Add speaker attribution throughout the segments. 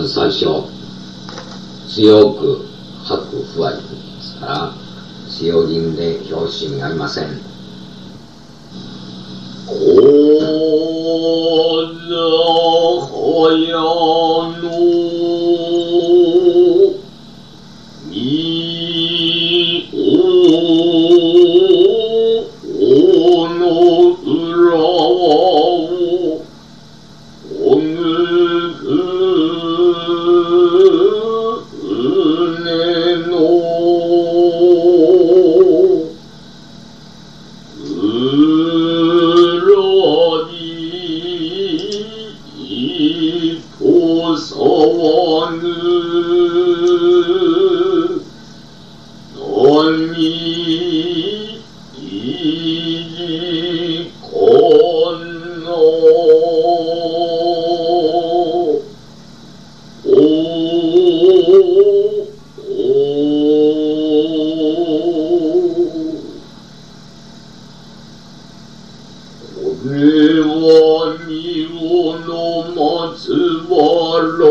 Speaker 1: ず最初、強く吐く不合ですから、使用人で拍子にありません。
Speaker 2: こざはやのみおの裏をおぬふねのさわぬ何いじかなこれは仁王の松原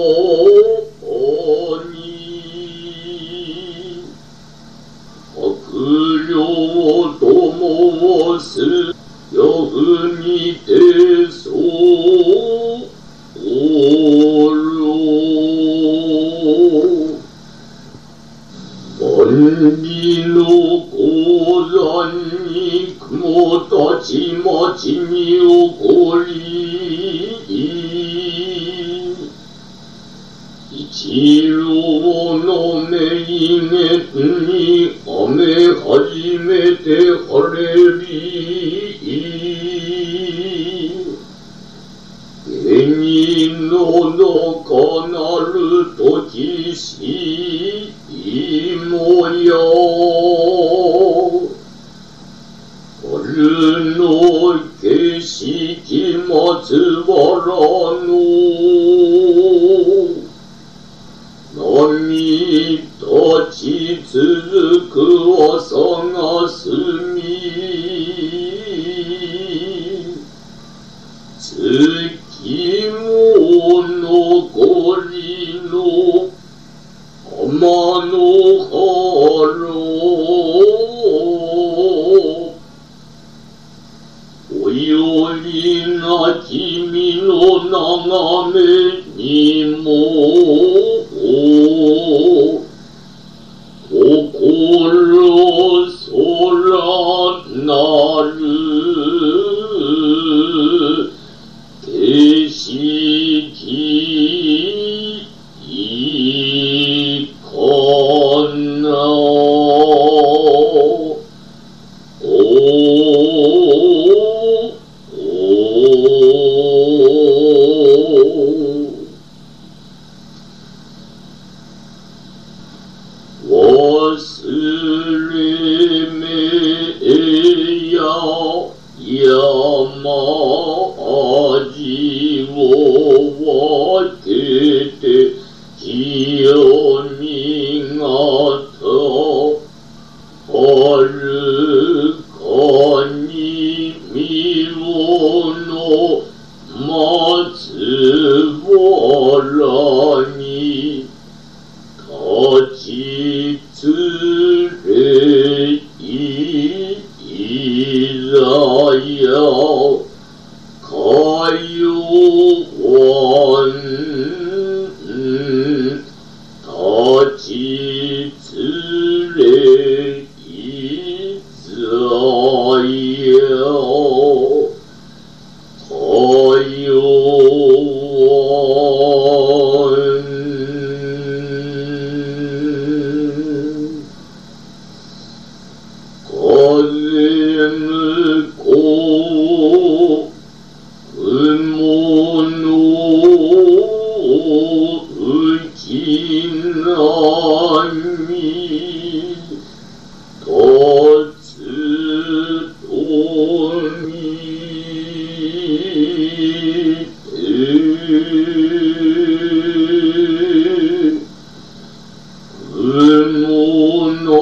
Speaker 2: に悪霊と申すよふにてそうおろ万里の鉱山に雲たち町に起こり一郎の名月に雨初めて晴れり芸人の中なる時しもや春の景色松原の波立ち続く朝がすみ月も残りの天の原およりな君の眺めにも心空なる景色かな忘れめや山味を分けて清見方はるかに見の松原に立ちつれいざやかよわん立ちつれいざやかよわん風向こう雲の浮き波立つと見雲の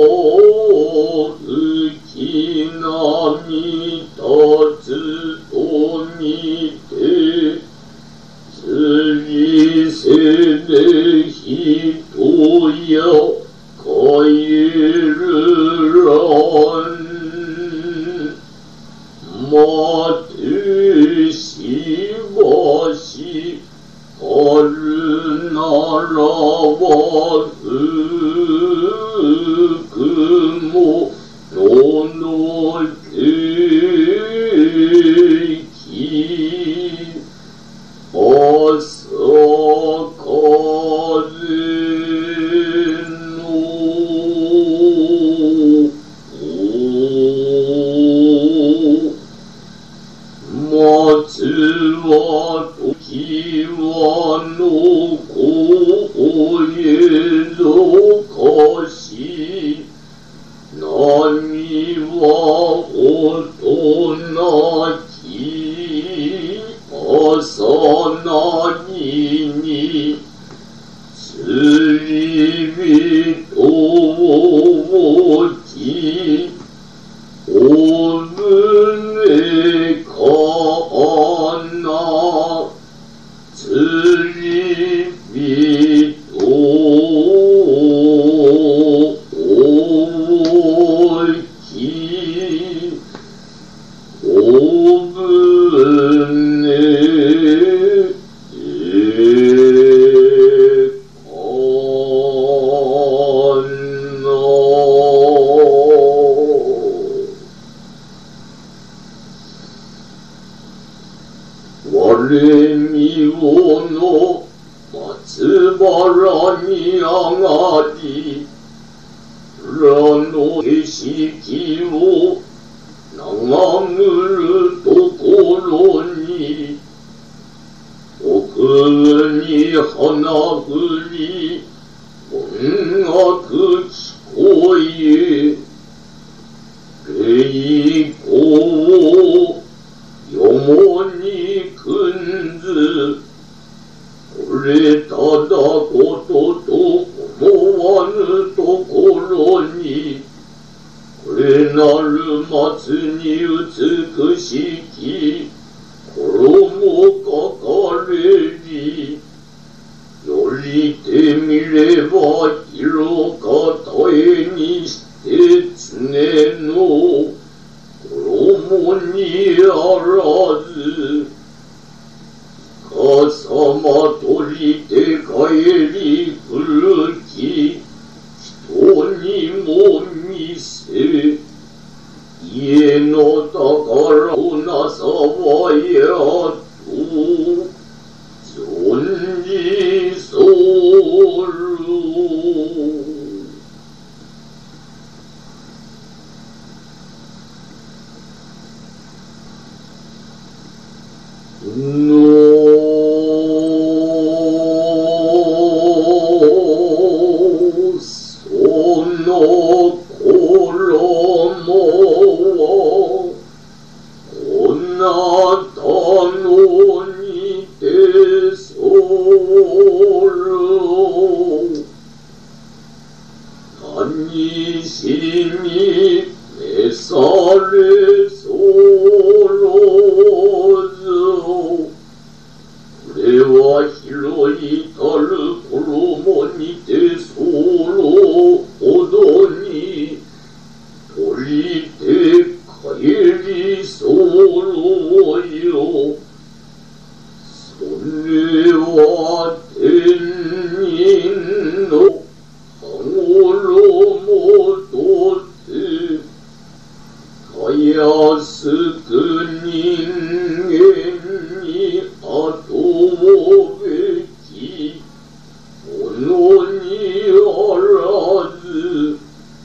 Speaker 2: 浮き波立つと見て釣り見せで人や帰るらん。待てしばしあるならば福もののてき朝風の松は時はの声のかし波は音なき朝なぎに釣り人をきお船かな釣り人をきお船我見をの松原に上がり裏の景色を眺むるところに奥に花振り音楽聞こえ霊光よもにくんずこれただことと思わぬところにこれなる松に美しき衣かかれりよりてみれば色かたえにして常の衣にあらず笠間取りて帰り来るき人にも見せ家の宝をなさわやと存じそうるその衣はこなたのにてそうる何しに召されそうろこれは広いたる衣にて候ほどに取りて帰り候よそれは天人の羽衣とてたやすく人間に後をべきものにあらず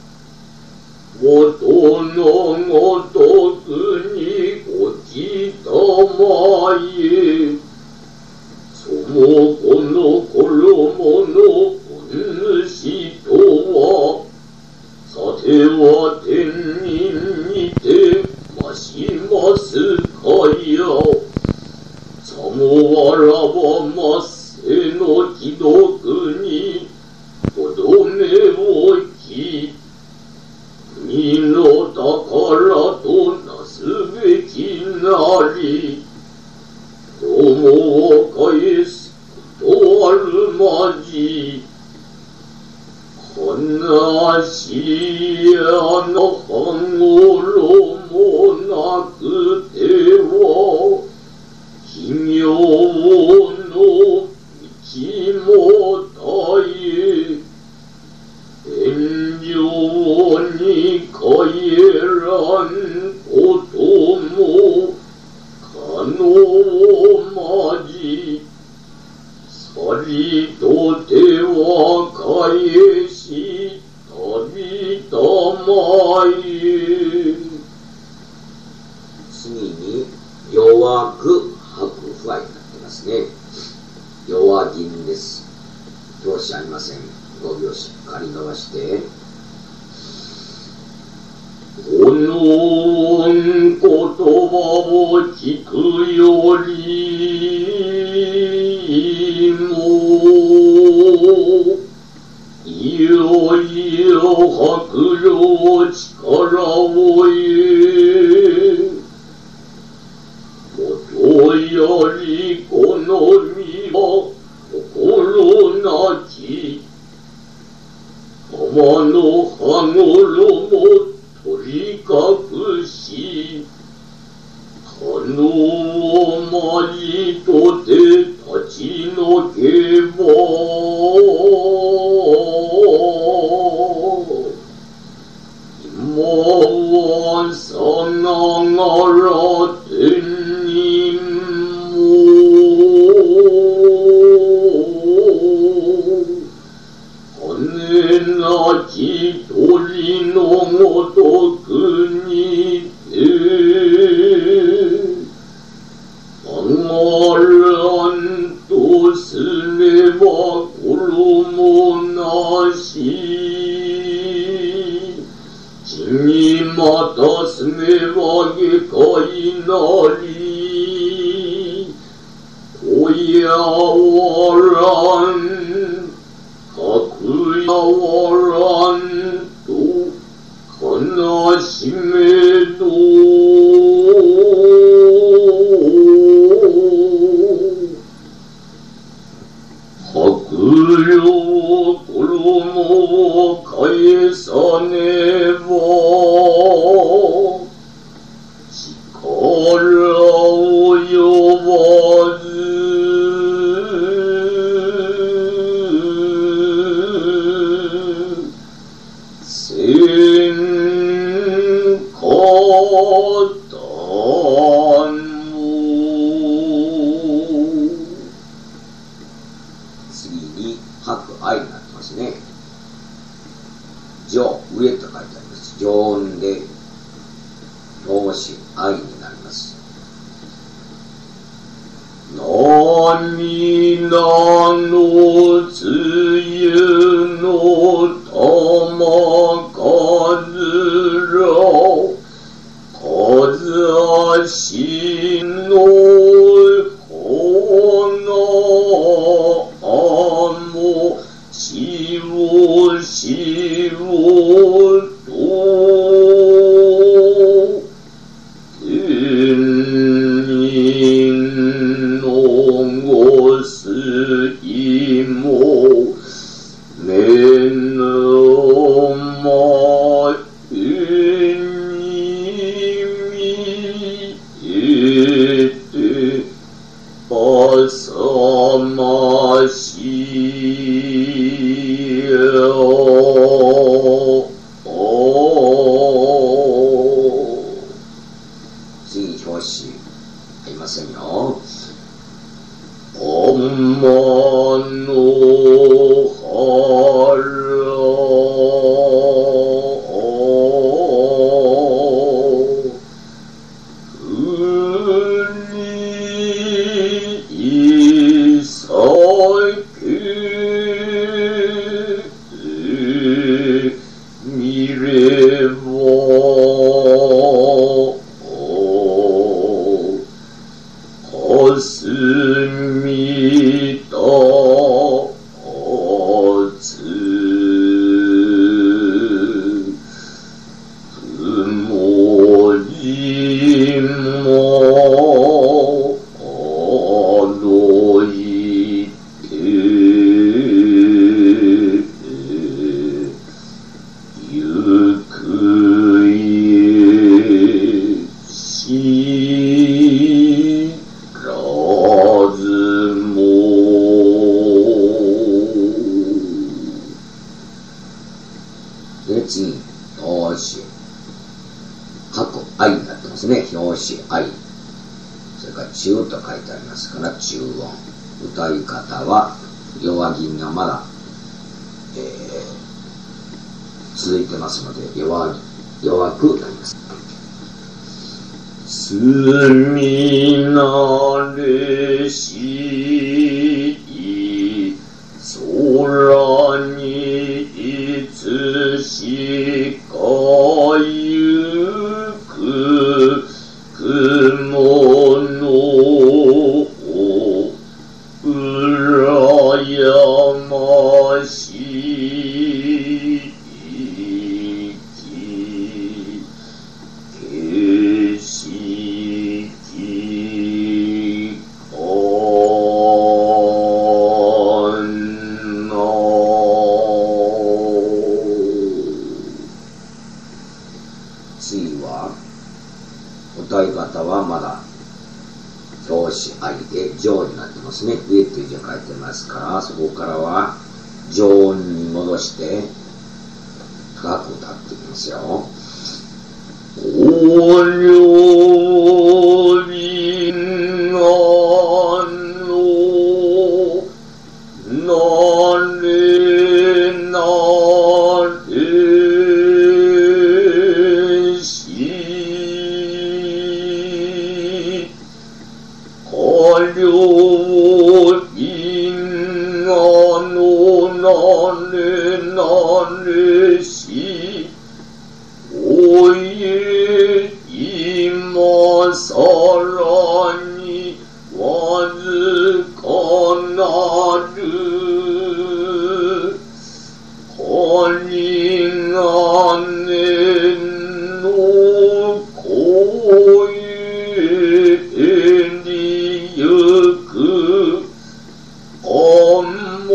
Speaker 2: 元のごとくに落ちたまえそのこの衣のお主とはさては天人にてましますかやさもあらばまっせの既読にとどめをき国の宝となすべきなり友を返すとあるまじ話やの半頃もなくては奇妙の道も絶え遠慮に帰らんことも可能まじさりとては返し旅たまえ。
Speaker 1: 次に弱く白不愛になってますね。弱銀です。調子ありません。語尾をしっかり伸ばして
Speaker 2: この言葉を聞くよりもいよいよ白領力を得もとよりこの身は心なき浜の羽衣取り隠し可能まじとて立ち退けば今はさながら天人も羽なき鳥のごとくにて上がらんとすれば衣なし地にまたすねば下界なり親わらんかやわらんと悲しめど白領衣を返さねば力及ばず
Speaker 1: 次に白愛になってますね。上、上と書いてあります。上音で動詞愛になります。
Speaker 2: 涙の梅雨の玉数足の花もしおしおと天人のごすいも目の前に見えて浅ましよ
Speaker 1: 次表紙ありませんよ。
Speaker 2: 天の原見れば霞たつ曇りも歩いて
Speaker 1: ますから中音。歌い方は弱銀がまだ、続いてますので弱くなります。
Speaker 2: 住みなれしい空にいつしかゆく雲のうらやましい景色かな。
Speaker 1: 次は歌い方はまだ表紙ありで上になってますね。上っていう字が書いてますから、そこからは上音に戻して高く歌っていきますよ。
Speaker 2: お料理がのなれなれしか料理がのなれなれしおいえ今さらにわずかなるかにがねの声にゆくかも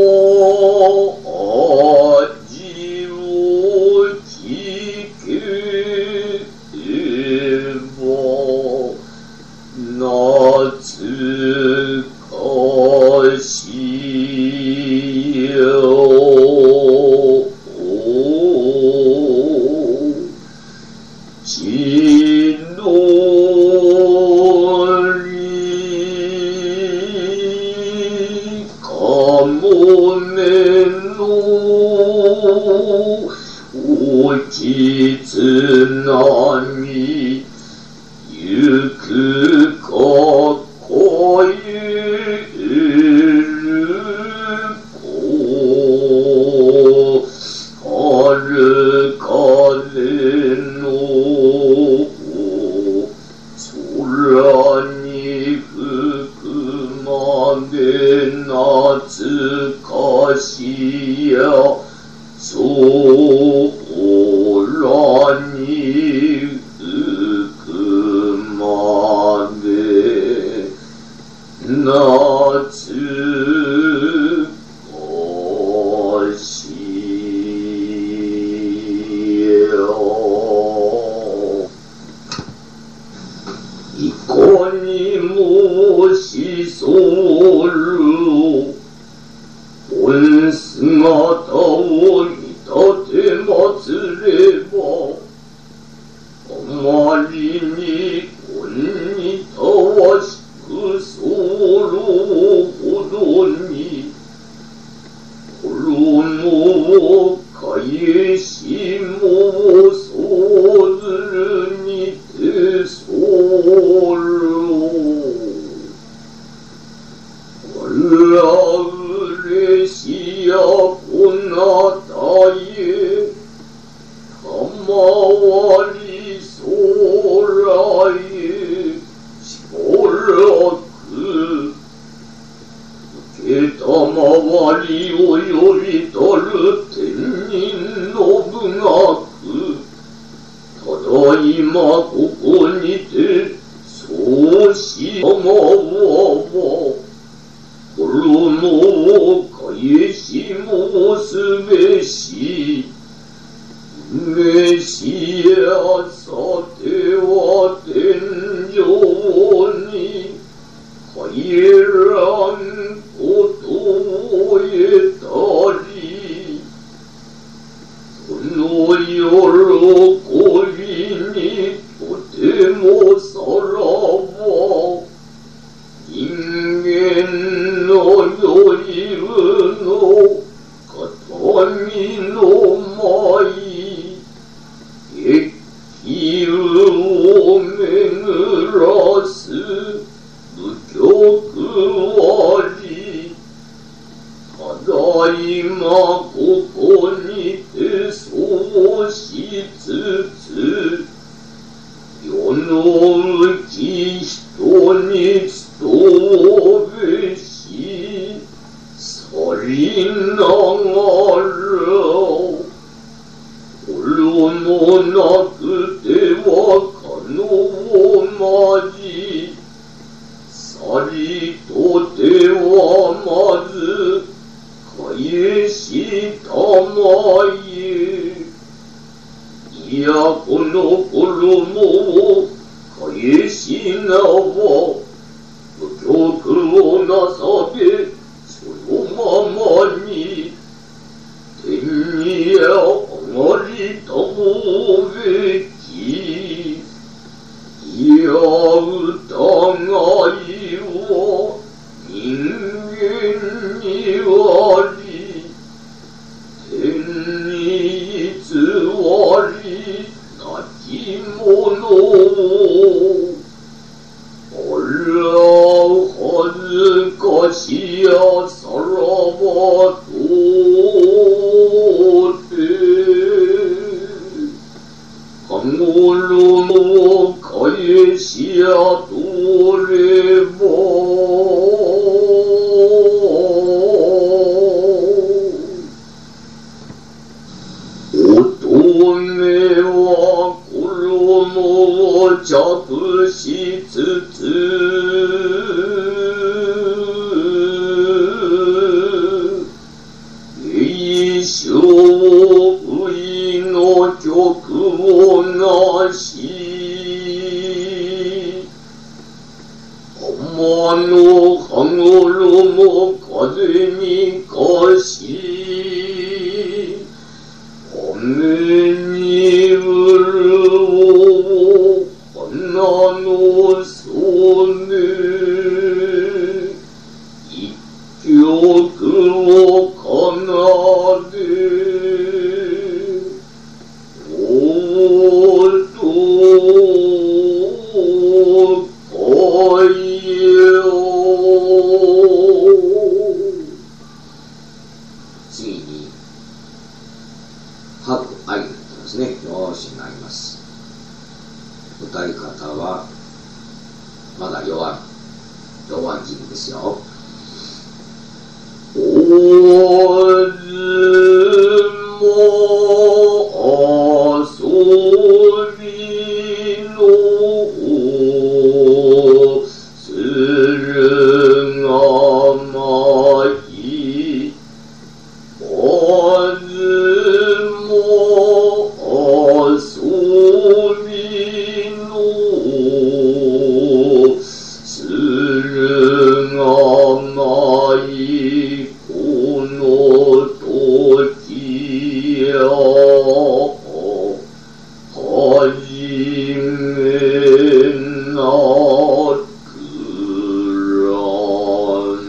Speaker 2: 味を聞け懐かしよ千鳥かもめのおきつなみゆくかこえるこ春風の空に吹くまで懐かしや空に吹くまで懐かしよいかにもしそる本姿を見立てまつればあまりに本にたわしく候ほどに衣を返しもそうずるにてそるあらうれしやこなたへたまわり空へしばらく受けたまわりを呼びたる天人の部学ただいまここにてそうしまわば衣を返しもすべし召しやさては天上に帰らんことを得たりその喜びにとてもさらば人ぞいるの形見の舞激流を巡らす舞曲割ただいまここにてそうしつつ世のうち人に勤べし去りながらおるもなくてはかのまじさりとてはまず返したまえいやこの衣を返しなは無曲をなさべそのままに天に上がりたもべきいや疑いは人間にあり天に偽りなきものをあら恥ずかしやさらばとかごろの返しやとれば乙女は衣を着しつつ一生不意の曲をなし浜の羽衣風にかし雨に潤う花の袖一曲を奏でおとかよ
Speaker 1: 次に白愛になってますね。よしになります。歌い方はまだ弱気味ですよ。
Speaker 2: おずも遊びのするがまいおずも遊びのするがまいこの時やはじめなくらん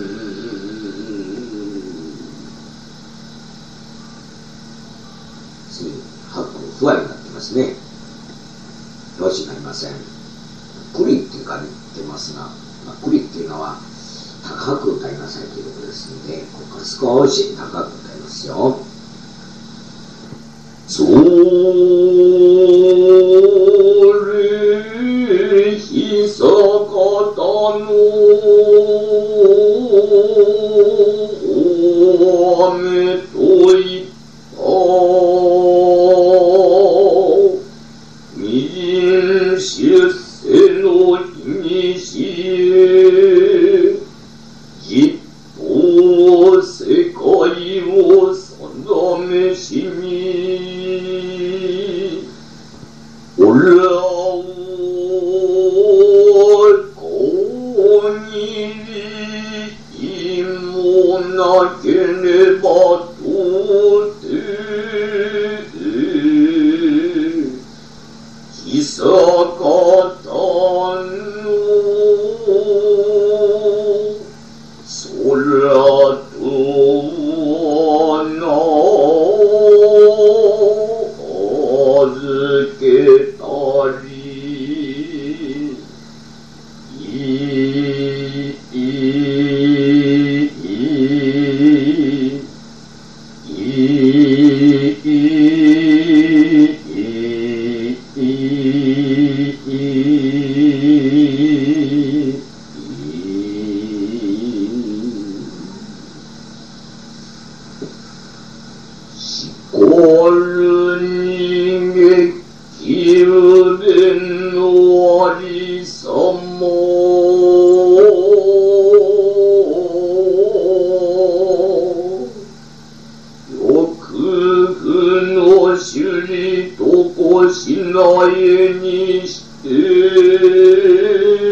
Speaker 1: 次に白不和になってますね。よしになりません。栗っていうか言ってますが、栗っていうのは高く歌いなさいということですので、ここから少し高く歌いますよ。
Speaker 2: それひさかたの雨といったみじん出世の日にしえ一方世界を定めしにおらをこにりもなければとてひさかたのそれるに激うでのありさま欲不の首里とこしないにして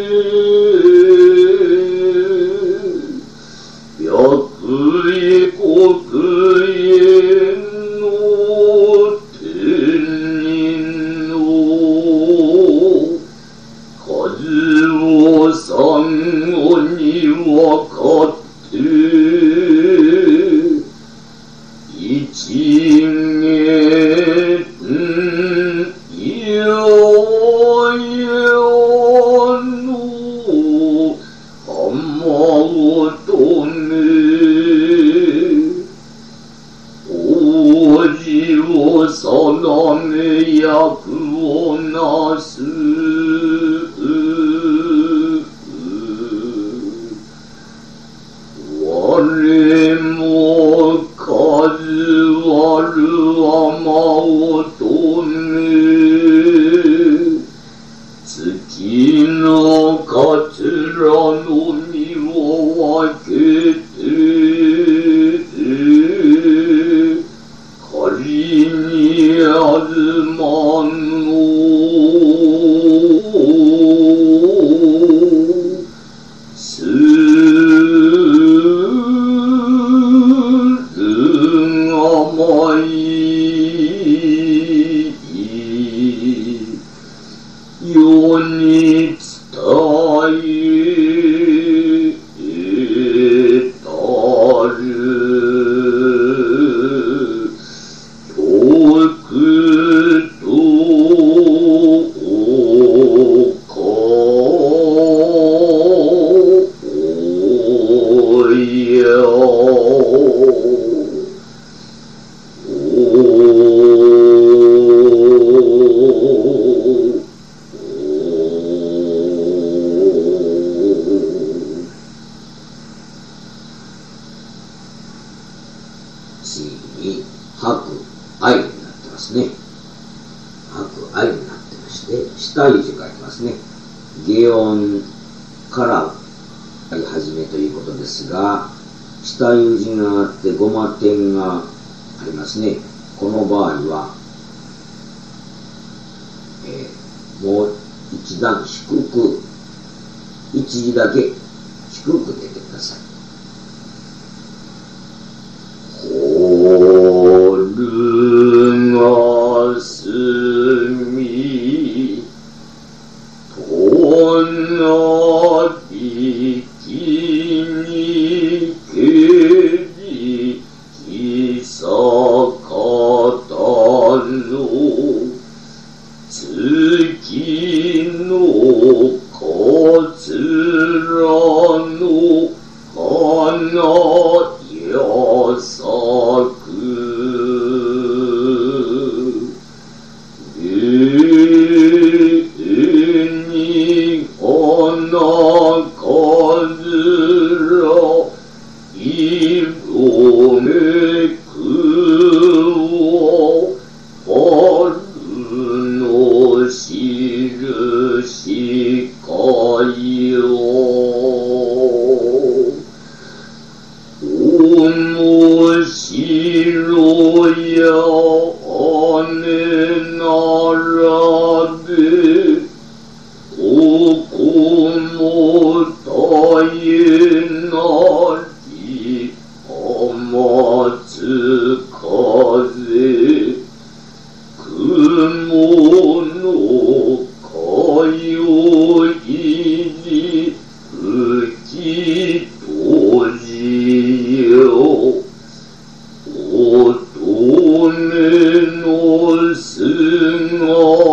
Speaker 2: 白衣国への天人の数を産後に分かって一元よよの浜乙女王子を定め役をなす我も数ある雨乙女月のかつらの身を分けて仮にあずまのするがまい世に伝えたる遠くと
Speaker 1: 次に白愛になってますね。白愛になってまして、下位字書いてますね。下音から始めということですが、下有字があってゴマ点がありますね。この場合は、もう一段低く、一字だけ低く出てください。
Speaker 2: おるがすみとなびきにけりきさかたの月のかつらの花やさくに花かずら色めくを春のしるしかよ面白や姉ならべここも大変なり天津風雲のかよいに吹き閉じよ乙女の姿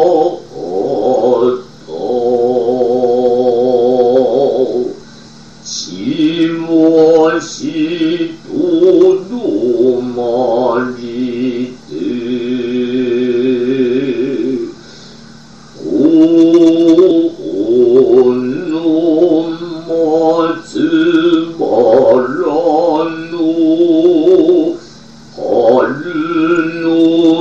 Speaker 2: しわしとどまりておの松原の春の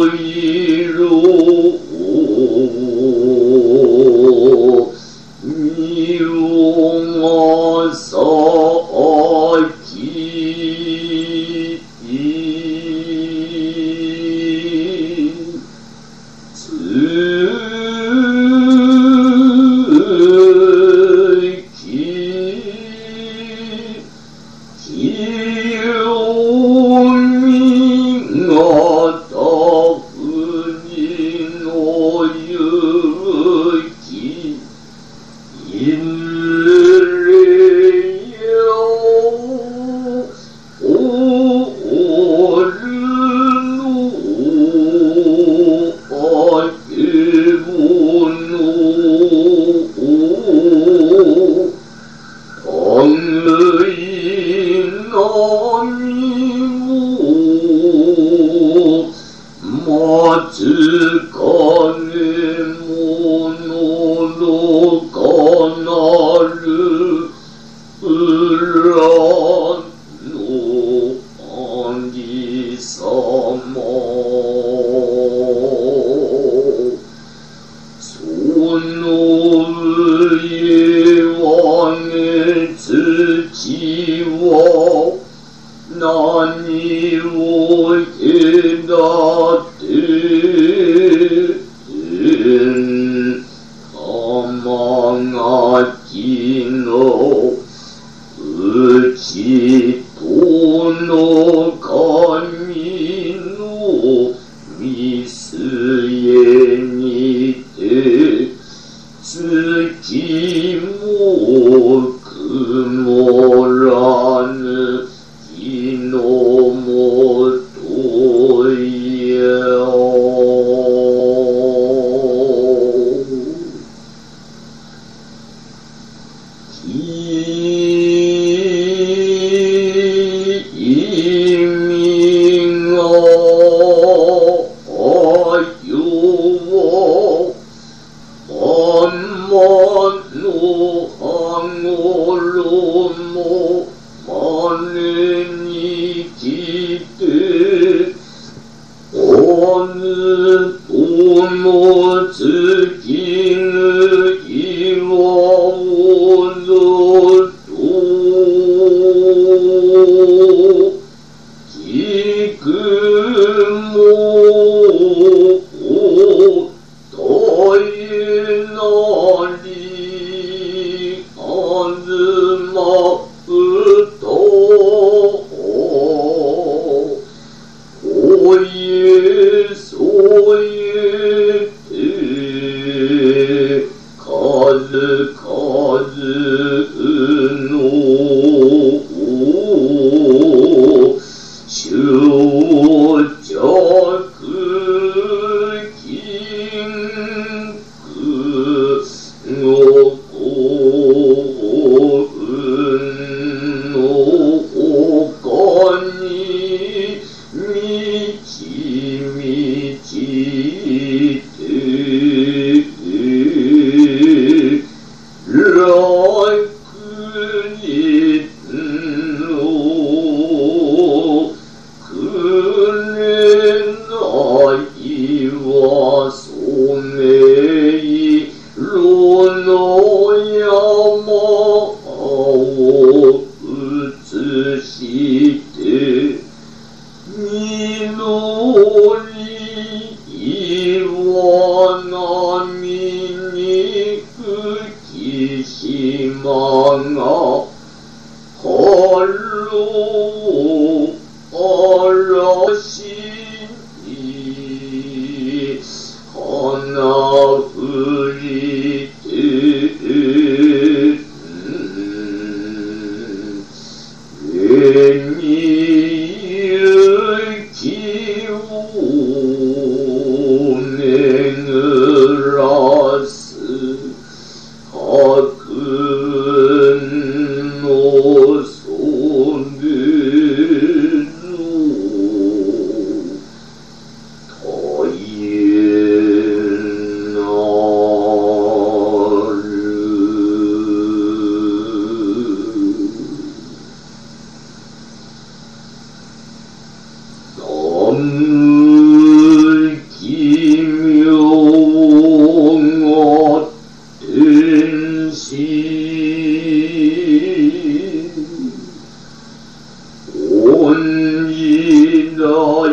Speaker 2: 恩義大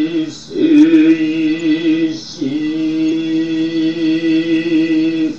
Speaker 2: 聖師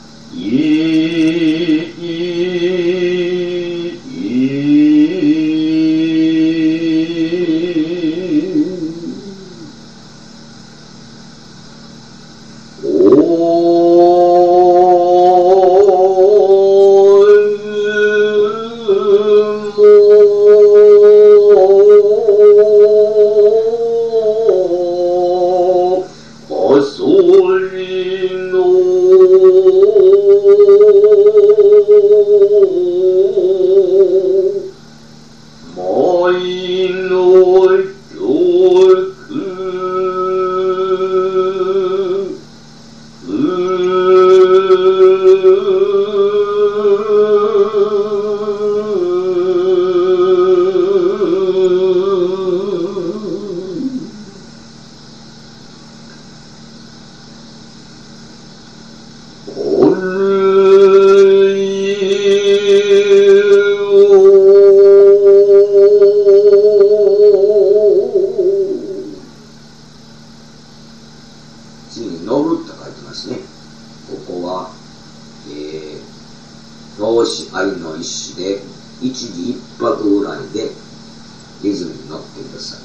Speaker 1: 動詞ありの一種で一時一拍ぐらいでリズムに乗ってください。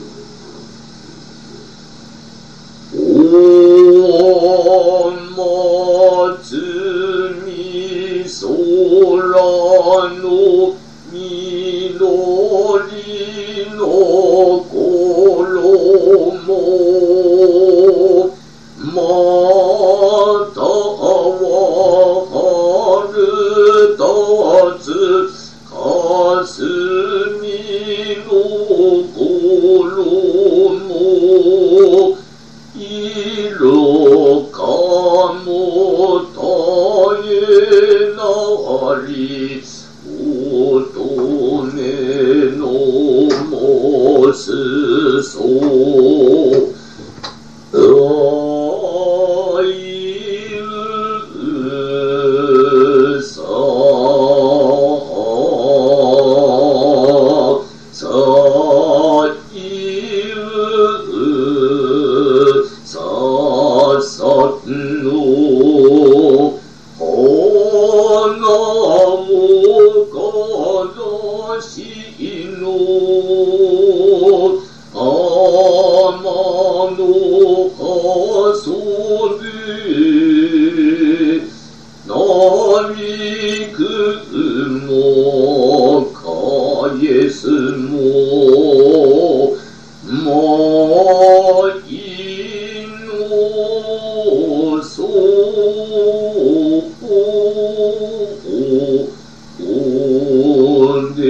Speaker 2: お松に空の緑の衣または春立つ霞の衣色かも絶えなり乙女のもすそう愛ささいささの花も悲しいの天の葉袖なびくも返すも舞の袖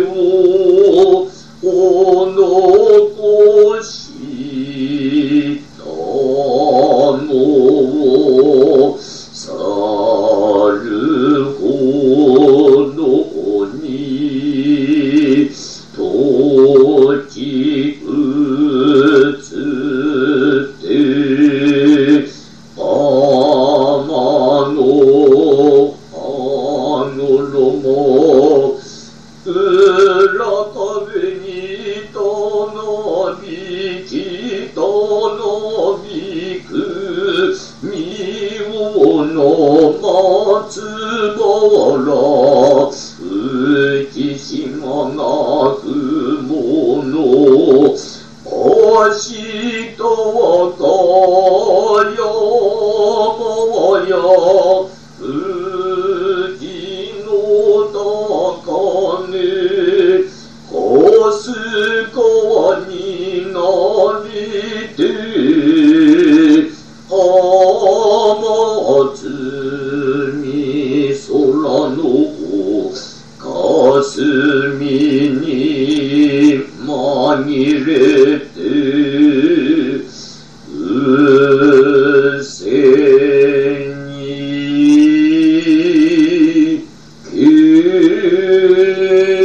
Speaker 2: お残しのびくみおの松原浮島が雲の足とかやばや富士の高根かすかになりて浜津み空のかすみに紛れてうせにけ